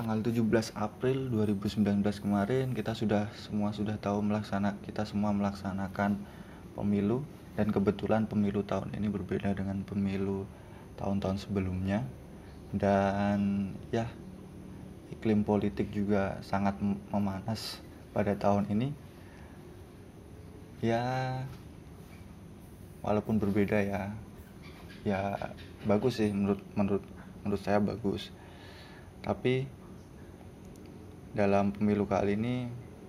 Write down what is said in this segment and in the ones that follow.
tanggal 17 April 2019 kemarin kita semua sudah tahu kita semua melaksanakan pemilu, dan kebetulan pemilu tahun ini berbeda dengan pemilu tahun-tahun sebelumnya. Dan ya, iklim politik juga sangat memanas pada tahun ini. Ya, walaupun berbeda ya bagus sih, menurut saya bagus. Tapi dalam pemilu kali ini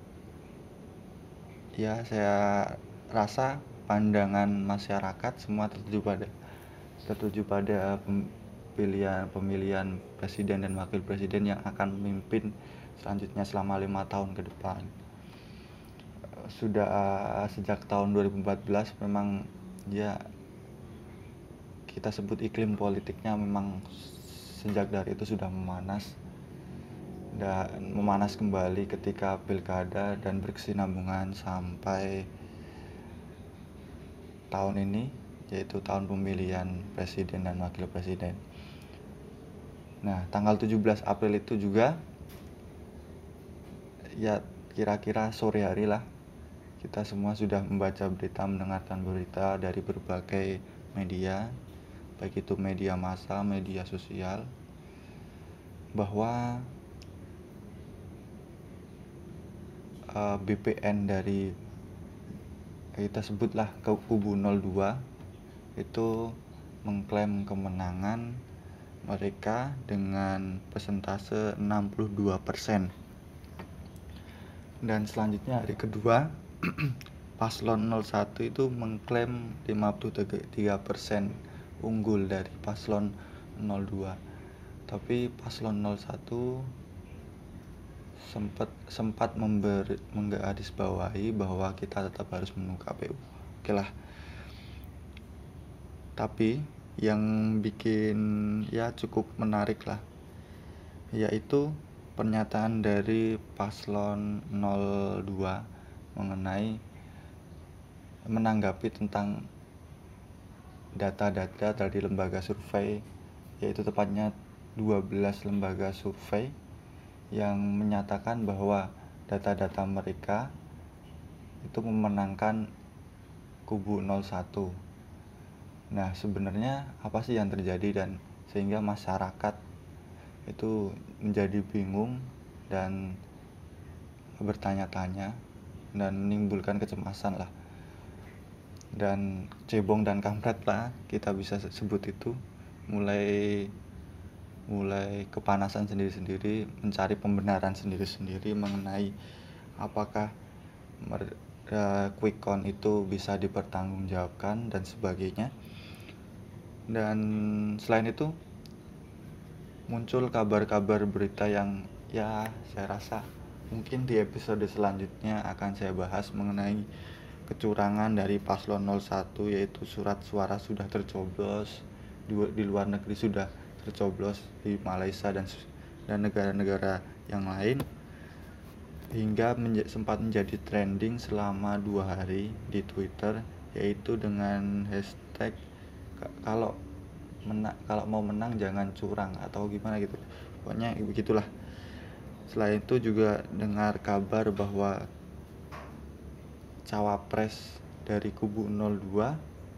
ya saya rasa pandangan masyarakat semua tertuju pada pemilihan presiden dan wakil presiden yang akan memimpin selanjutnya selama 5 tahun ke depan. Sudah sejak tahun 2014 memang ya kita sebut iklim politiknya memang sejak dari itu sudah memanas, dan memanas kembali ketika pilkada dan berkesinambungan sampai tahun ini, yaitu tahun pemilihan presiden dan wakil presiden. Nah, tanggal 17 April itu juga ya kira-kira sore hari lah, kita semua sudah membaca berita, mendengarkan berita dari berbagai media, baik itu media massa, media sosial, bahwa BPN dari kita sebutlah ke kubu 02 itu mengklaim kemenangan mereka dengan persentase 62%. Dan selanjutnya hari kedua paslon 01 itu mengklaim 53% unggul dari paslon 02. Tapi paslon 01 sempat menggarisbawahi bahwa kita tetap harus menunggu KPU. Oke lah. Tapi yang bikin ya cukup menarik lah, yaitu pernyataan dari paslon 02 menanggapi tentang data-data dari lembaga survei, yaitu tepatnya 12 lembaga survei yang menyatakan bahwa data-data mereka itu memenangkan kubu 01. Nah, sebenarnya apa sih yang terjadi dan sehingga masyarakat itu menjadi bingung dan bertanya-tanya dan menimbulkan kecemasan lah, dan cebong dan kampret lah kita bisa sebut itu, mulai kepanasan sendiri-sendiri, mencari pembenaran sendiri-sendiri mengenai apakah quick count itu bisa dipertanggungjawabkan dan sebagainya. Dan selain itu muncul kabar-kabar berita yang ya saya rasa mungkin di episode selanjutnya akan saya bahas mengenai kecurangan dari paslon 01, yaitu surat suara sudah tercoblos di luar negeri, sudah tercoblos di Malaysia dan negara-negara yang lain, hingga sempat menjadi trending selama 2 hari di Twitter, yaitu dengan hashtag kalau mau menang jangan curang atau gimana gitu, pokoknya begitulah. Selain itu juga dengar kabar bahwa cawapres dari kubu 02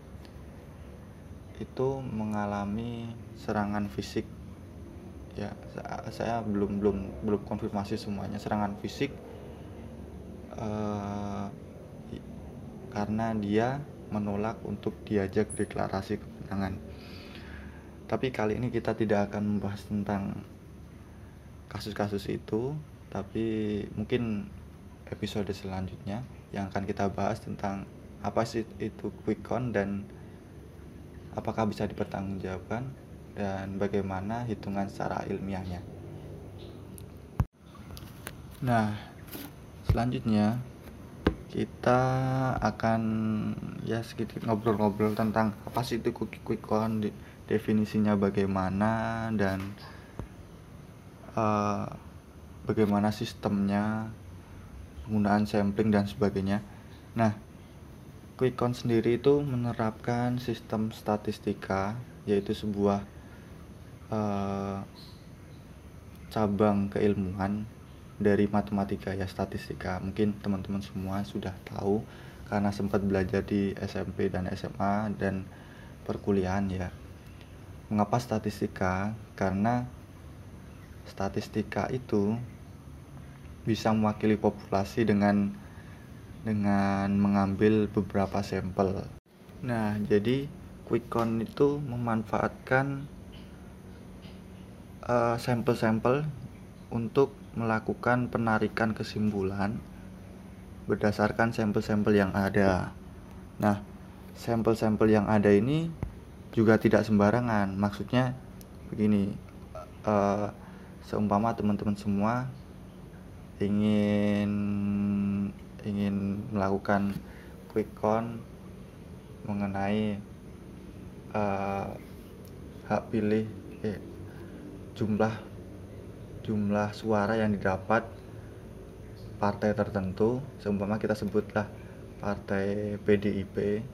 itu mengalami serangan fisik. Ya, saya belum konfirmasi semuanya, serangan fisik karena dia menolak untuk diajak deklarasi kemenangan. Tapi kali ini kita tidak akan membahas tentang kasus-kasus itu, tapi mungkin episode selanjutnya yang akan kita bahas tentang apa sih itu quick count dan apakah bisa dipertanggungjawabkan dan bagaimana hitungan secara ilmiahnya. Nah, selanjutnya kita akan ya sedikit ngobrol-ngobrol tentang apa sih itu quick count, definisinya bagaimana, dan bagaimana sistemnya, penggunaan sampling dan sebagainya. Nah, quick count sendiri itu menerapkan sistem statistika, yaitu sebuah cabang keilmuan dari matematika ya, statistika. Mungkin teman-teman semua sudah tahu karena sempat belajar di SMP dan SMA dan perkuliahan ya. Mengapa statistika? Karena statistika itu bisa mewakili populasi dengan mengambil beberapa sampel. Nah, jadi quick count itu memanfaatkan sampel-sampel untuk melakukan penarikan kesimpulan berdasarkan sampel-sampel yang ada. Nah, sampel-sampel yang ada ini juga tidak sembarangan. Maksudnya begini, seumpama teman-teman semua ingin melakukan quick count mengenai hak pilih jumlah suara yang didapat partai tertentu, seumpama kita sebutlah partai PDIP.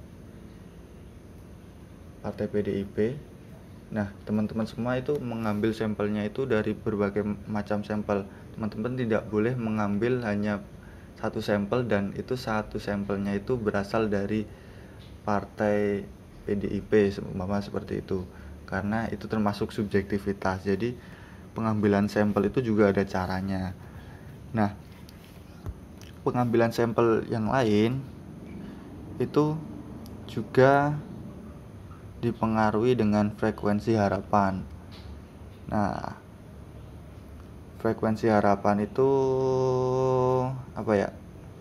Nah, teman-teman semua itu mengambil sampelnya itu dari berbagai macam sampel. Teman-teman tidak boleh mengambil hanya satu sampel dan itu satu sampelnya itu berasal dari partai PDIP, seumpama seperti itu. Karena itu termasuk subjektivitas. Jadi pengambilan sampel itu juga ada caranya. Nah, pengambilan sampel yang lain itu juga dipengaruhi dengan frekuensi harapan. Nah, frekuensi harapan itu apa ya?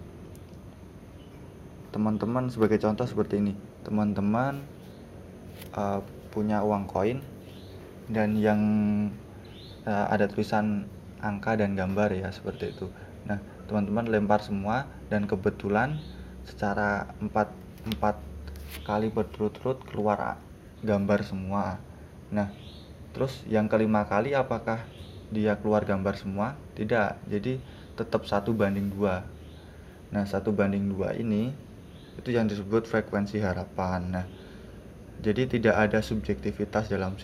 Teman-teman sebagai contoh seperti ini. Teman-teman punya uang koin dan yang ada tulisan angka dan gambar ya, seperti itu. Nah, teman-teman lempar semua dan kebetulan secara 4 kali berturut-turut keluar gambar semua. Nah, terus yang kelima kali apakah dia keluar gambar semua? Tidak. Jadi tetap 1:2. Nah, 1:2 ini itu yang disebut frekuensi harapan. Nah, jadi tidak ada subjektivitas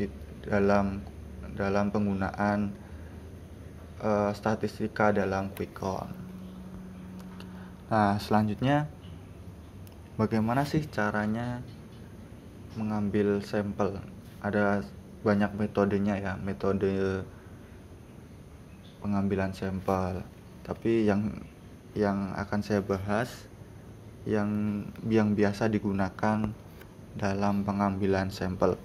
dalam penggunaan statistika dalam quick count. Nah, selanjutnya bagaimana sih caranya mengambil sampel? Ada banyak metodenya ya, metode pengambilan sampel. Tapi yang akan saya bahas yang biasa digunakan dalam pengambilan sampel.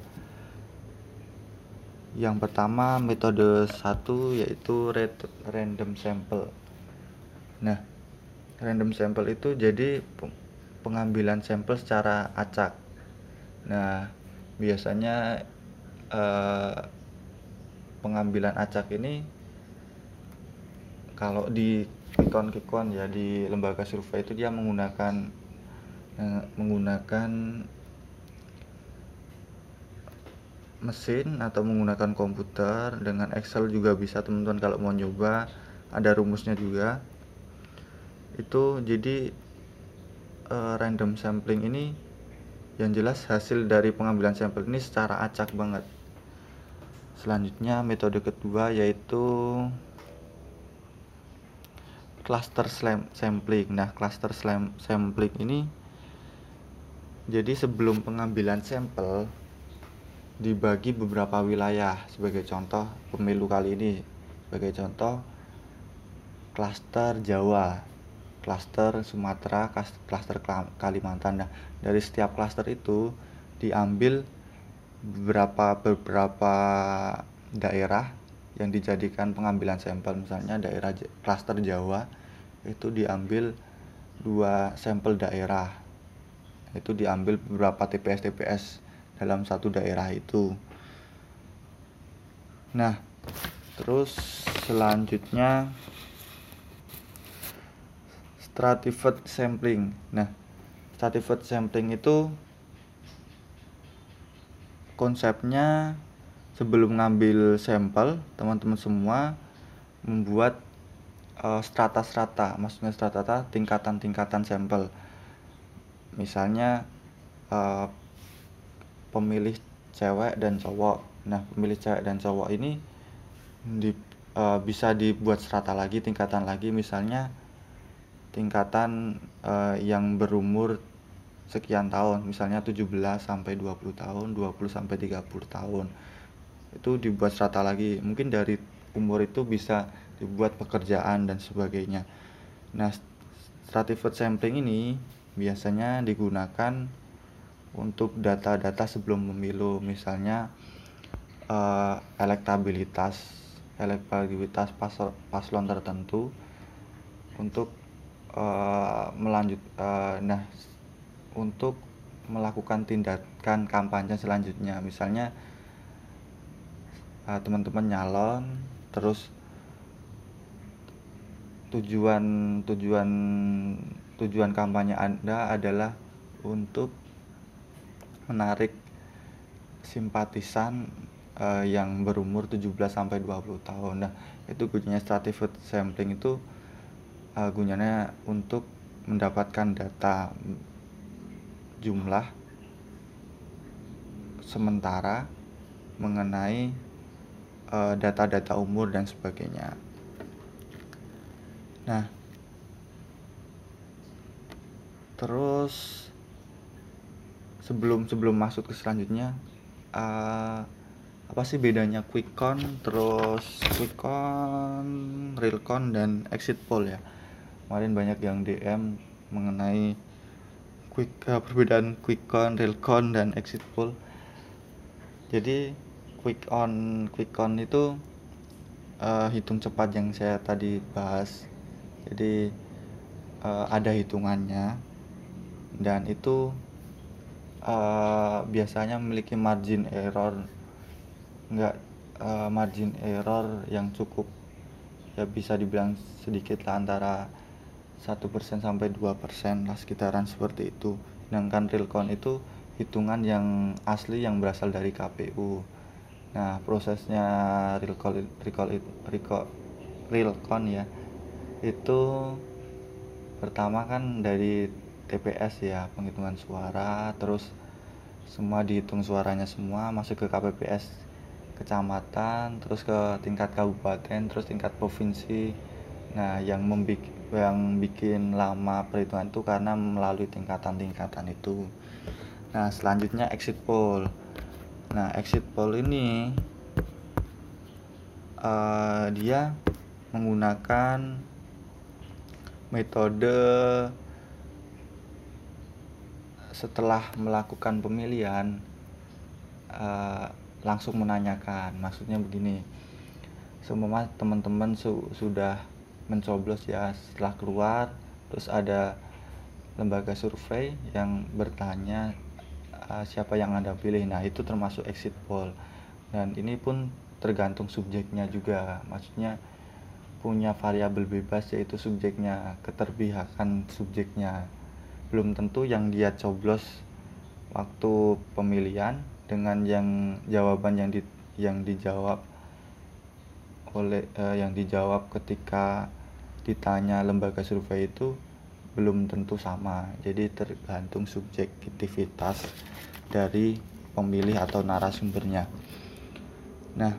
Yang pertama, metode 1 yaitu random sample. Nah, random sample itu jadi pengambilan sampel secara acak. Nah, biasanya pengambilan acak ini kalau di kikon ya, di lembaga survei itu dia menggunakan mesin atau menggunakan komputer. Dengan Excel juga bisa teman-teman kalau mau nyoba, ada rumusnya juga. Itu jadi random sampling ini yang jelas hasil dari pengambilan sampel ini secara acak banget. Selanjutnya metode kedua yaitu cluster sampling. Nah, cluster sampling ini jadi sebelum pengambilan sampel dibagi beberapa wilayah. Sebagai contoh pemilu kali ini, sebagai contoh klaster Jawa, klaster Sumatera, klaster Kalimantan. Nah, dari setiap klaster itu diambil beberapa daerah yang dijadikan pengambilan sampel. Misalnya daerah klaster Jawa itu diambil 2 sampel daerah. Itu diambil beberapa TPS dalam satu daerah itu. Nah, terus selanjutnya stratified sampling. Nah, stratified sampling itu konsepnya sebelum ngambil sampel, teman-teman semua membuat strata-strata. Maksudnya strata tingkatan-tingkatan sampel. Misalnya pemilih cewek dan cowok. Nah, pemilih cewek dan cowok ini bisa dibuat strata lagi, tingkatan lagi, misalnya tingkatan yang berumur sekian tahun, misalnya 17 sampai 20 tahun, 20 sampai 30 tahun. Itu dibuat strata lagi. Mungkin dari umur itu bisa dibuat pekerjaan dan sebagainya. Nah, stratified sampling ini biasanya digunakan untuk data-data sebelum pemilu, misalnya elektabilitas paslon tertentu untuk untuk melakukan tindakan kampanye selanjutnya. Misalnya teman-teman nyalon, terus tujuan tujuan tujuan kampanye Anda adalah untuk menarik simpatisan yang berumur 17 sampai 20 tahun. Nah, itu gunanya stratified sampling itu gunanya untuk mendapatkan data jumlah sementara mengenai data-data umur dan sebagainya. Nah, terus sebelum masuk ke selanjutnya, apa sih bedanya quick count, real count, dan exit poll ya? Kemarin banyak yang DM mengenai perbedaan quick count, real count, dan exit poll. Jadi quick count itu hitung cepat yang saya tadi bahas. Jadi ada hitungannya, dan itu biasanya memiliki margin error yang cukup, ya bisa dibilang sedikit lah, antara 1% sampai 2% lah, sekitaran seperti itu. Sedangkan real count itu hitungan yang asli yang berasal dari KPU. Nah, prosesnya real count ya, itu pertama kan dari TPS ya, penghitungan suara, terus semua dihitung suaranya semua, masuk ke KPPS kecamatan, terus ke tingkat kabupaten, terus tingkat provinsi. Nah, yang bikin lama perhitungan itu karena melalui tingkatan-tingkatan itu. Nah, selanjutnya exit poll. Nah, exit poll ini dia menggunakan metode setelah melakukan pemilihan langsung menanyakan. Maksudnya begini, semua teman-teman sudah mencoblos ya, setelah keluar terus ada lembaga survei yang bertanya siapa yang Anda pilih. Nah, itu termasuk exit poll, dan ini pun tergantung subjeknya juga. Maksudnya punya variabel bebas, yaitu subjeknya, keterpihakan subjeknya. Belum tentu yang dia coblos waktu pemilihan dengan jawaban yang dijawab ketika ditanya lembaga survei itu belum tentu sama. Jadi tergantung subjektivitas dari pemilih atau narasumbernya. Nah,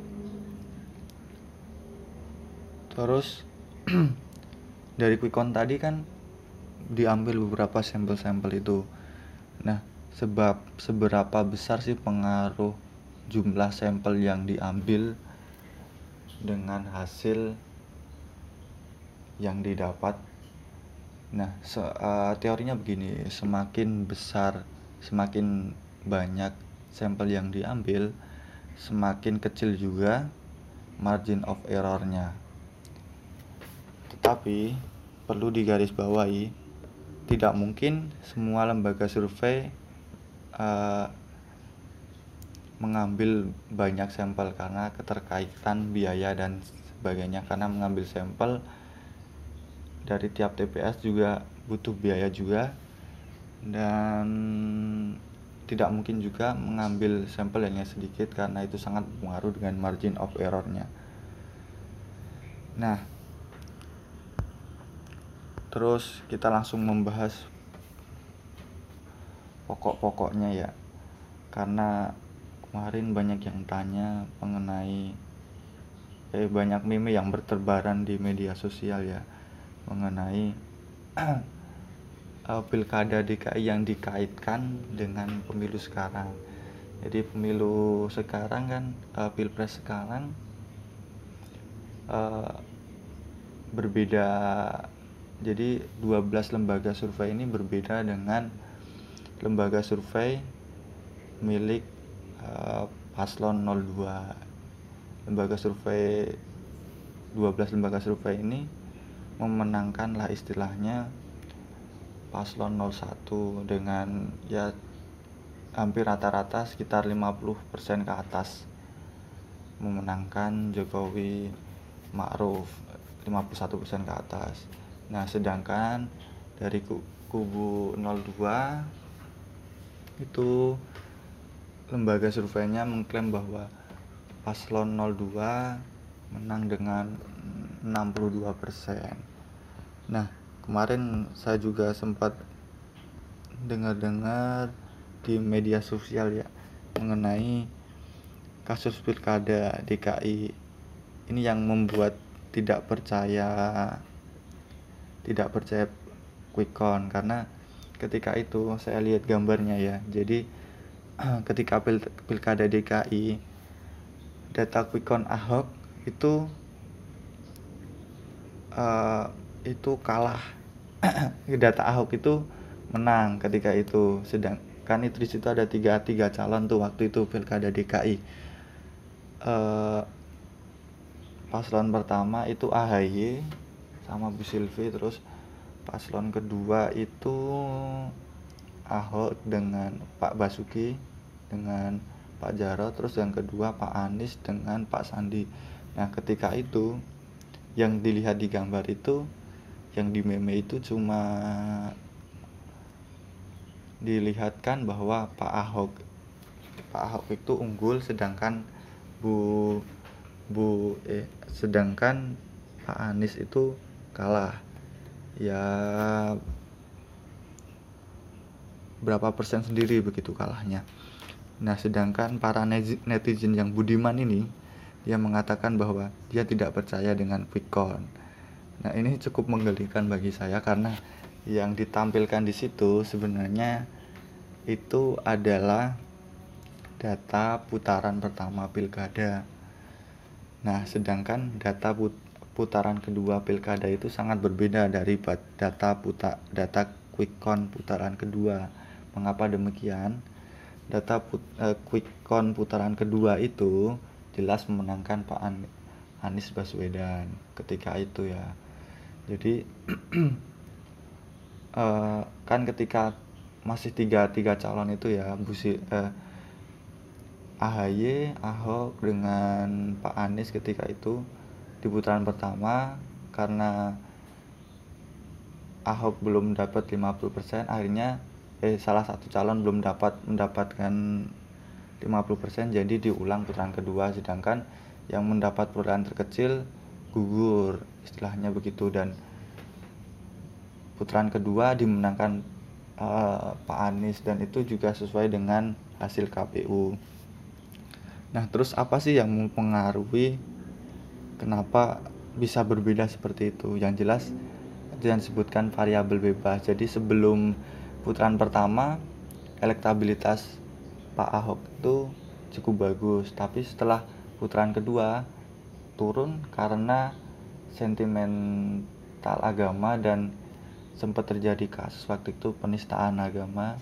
terus dari quick count tadi kan diambil beberapa sampel-sampel itu. Nah, seberapa besar sih pengaruh jumlah sampel yang diambil dengan hasil yang didapat? Nah, teorinya begini, semakin banyak sampel yang diambil, semakin kecil juga margin of error-nya. Tetapi perlu digarisbawahi, tidak mungkin semua lembaga survei mengambil banyak sampel karena keterkaitan biaya dan sebagainya. Karena mengambil sampel dari tiap TPS juga butuh biaya juga, dan tidak mungkin juga mengambil sampel yang sedikit karena itu sangat berpengaruh dengan margin of error-nya. Nah, terus kita langsung membahas pokok-pokoknya ya, karena kemarin banyak yang tanya mengenai banyak meme yang berterbaran di media sosial ya mengenai pilkada DKI yang dikaitkan dengan pemilu sekarang. Jadi pemilu sekarang kan, pilpres sekarang eh, berbeda. Jadi 12 lembaga survei ini berbeda dengan lembaga survei milik paslon 02. Lembaga survei 12 lembaga survei ini memenangkan lah istilahnya paslon 01 dengan ya hampir rata-rata sekitar 50% ke atas, memenangkan Jokowi Ma'ruf 51% ke atas. Nah, sedangkan dari kubu 02 itu lembaga surveinya mengklaim bahwa paslon 02 menang dengan 62%. Nah, kemarin saya juga sempat dengar-dengar di media sosial ya mengenai kasus pilkada DKI ini yang membuat tidak percaya quick count, karena ketika itu saya lihat gambarnya ya. Jadi ketika pilkada DKI data quick count Ahok itu kalah. Data Ahok itu menang ketika itu, sedangkan itu di situ ada tiga calon tuh waktu itu pilkada DKI. Paslon pertama itu AHY sama Bu Silvi, terus paslon kedua itu Ahok dengan Pak Basuki dengan Pak Jarod, terus yang kedua Pak Anies dengan Pak Sandi. Nah, ketika itu yang dilihat di gambar itu, yang di meme itu cuma dilihatkan bahwa Pak Ahok itu unggul, sedangkan sedangkan Pak Anies itu kalah. Ya berapa persen sendiri begitu kalahnya. Nah, sedangkan para netizen yang budiman ini, dia mengatakan bahwa dia tidak percaya dengan quick count. Nah, ini cukup menggelikan bagi saya karena yang ditampilkan di situ sebenarnya itu adalah data putaran pertama pilkada. Nah, sedangkan data putaran kedua pilkada itu sangat berbeda dari data quick count putaran kedua. Mengapa demikian? Data quick count putaran kedua itu jelas memenangkan Pak Anies Baswedan ketika itu ya. Jadi kan ketika masih tiga calon itu ya, AHY, Ahok dengan Pak Anies ketika itu di putaran pertama, karena Ahok belum dapat 50%, akhirnya salah satu calon belum mendapatkan 50%, jadi diulang putaran kedua, sedangkan yang mendapat perolehan terkecil gugur, istilahnya begitu. Dan putaran kedua dimenangkan Pak Anies, dan itu juga sesuai dengan hasil KPU. Nah, terus apa sih yang mempengaruhi kenapa bisa berbeda seperti itu? Yang jelas itu yang disebutkan variabel bebas. Jadi sebelum putaran pertama elektabilitas Pak Ahok itu cukup bagus, tapi setelah putaran kedua turun karena sentimental agama dan sempat terjadi kasus waktu itu penistaan agama,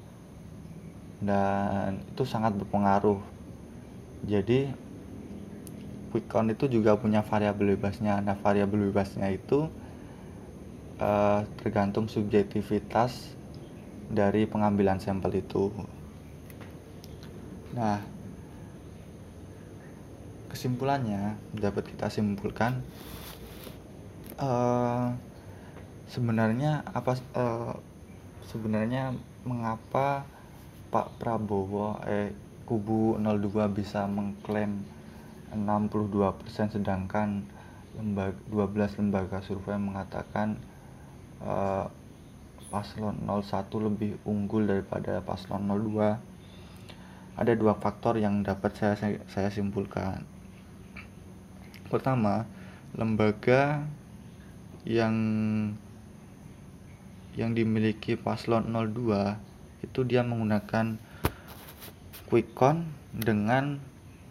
dan itu sangat berpengaruh. Jadi quick count itu juga punya variabel bebasnya. Nah, variabel bebasnya itu tergantung subjektivitas dari pengambilan sampel itu. Nah, kesimpulannya dapat kita simpulkan sebenarnya mengapa Pak Prabowo kubu 02 bisa mengklaim 62%, sedangkan 12 lembaga survei mengatakan paslon 01 lebih unggul daripada paslon 02. Ada dua faktor yang dapat saya simpulkan. Pertama, lembaga yang dimiliki paslon 02 itu dia menggunakan quick count dengan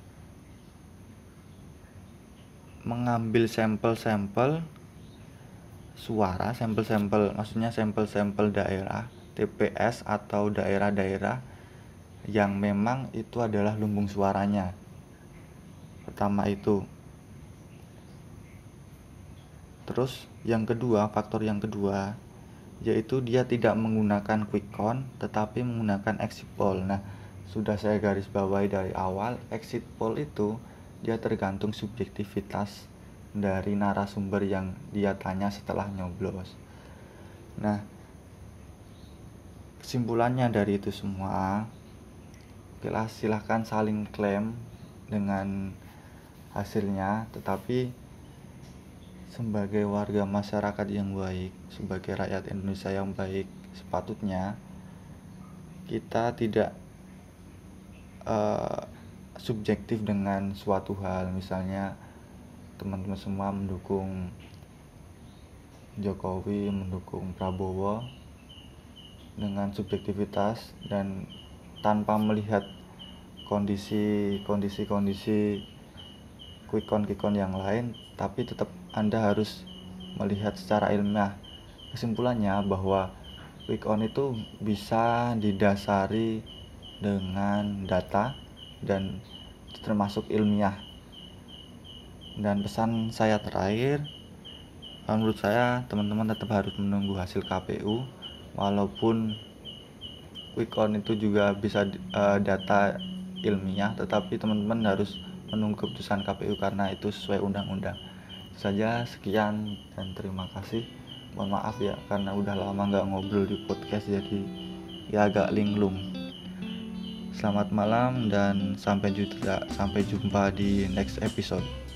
mengambil sampel-sampel suara, maksudnya sampel-sampel daerah TPS atau daerah-daerah yang memang itu adalah lumbung suaranya. Pertama itu. Terus faktor yang kedua yaitu dia tidak menggunakan quick count tetapi menggunakan exit poll. Nah, sudah saya garis bawahi dari awal, exit poll itu dia tergantung subjektivitas dari narasumber yang dia tanya setelah nyoblos. Nah, kesimpulannya dari itu semua, silahkan saling klaim dengan hasilnya, tetapi sebagai warga masyarakat yang baik, sebagai rakyat Indonesia yang baik, sepatutnya kita tidak subjektif dengan suatu hal. Misalnya teman-teman semua mendukung Jokowi, mendukung Prabowo dengan subjektivitas dan tanpa melihat kondisi quick count yang lain, tapi tetap Anda harus melihat secara ilmiah. Kesimpulannya bahwa quick count itu bisa didasari dengan data dan termasuk ilmiah. Dan pesan saya terakhir, menurut saya teman-teman tetap harus menunggu hasil KPU, walaupun quick count itu juga bisa data ilmiah, tetapi teman-teman harus menunggu keputusan KPU karena itu sesuai undang-undang. Saja, sekian dan terima kasih. Mohon maaf ya karena udah lama nggak ngobrol di podcast, jadi ya agak linglung. Selamat malam dan sampai jumpa di next episode.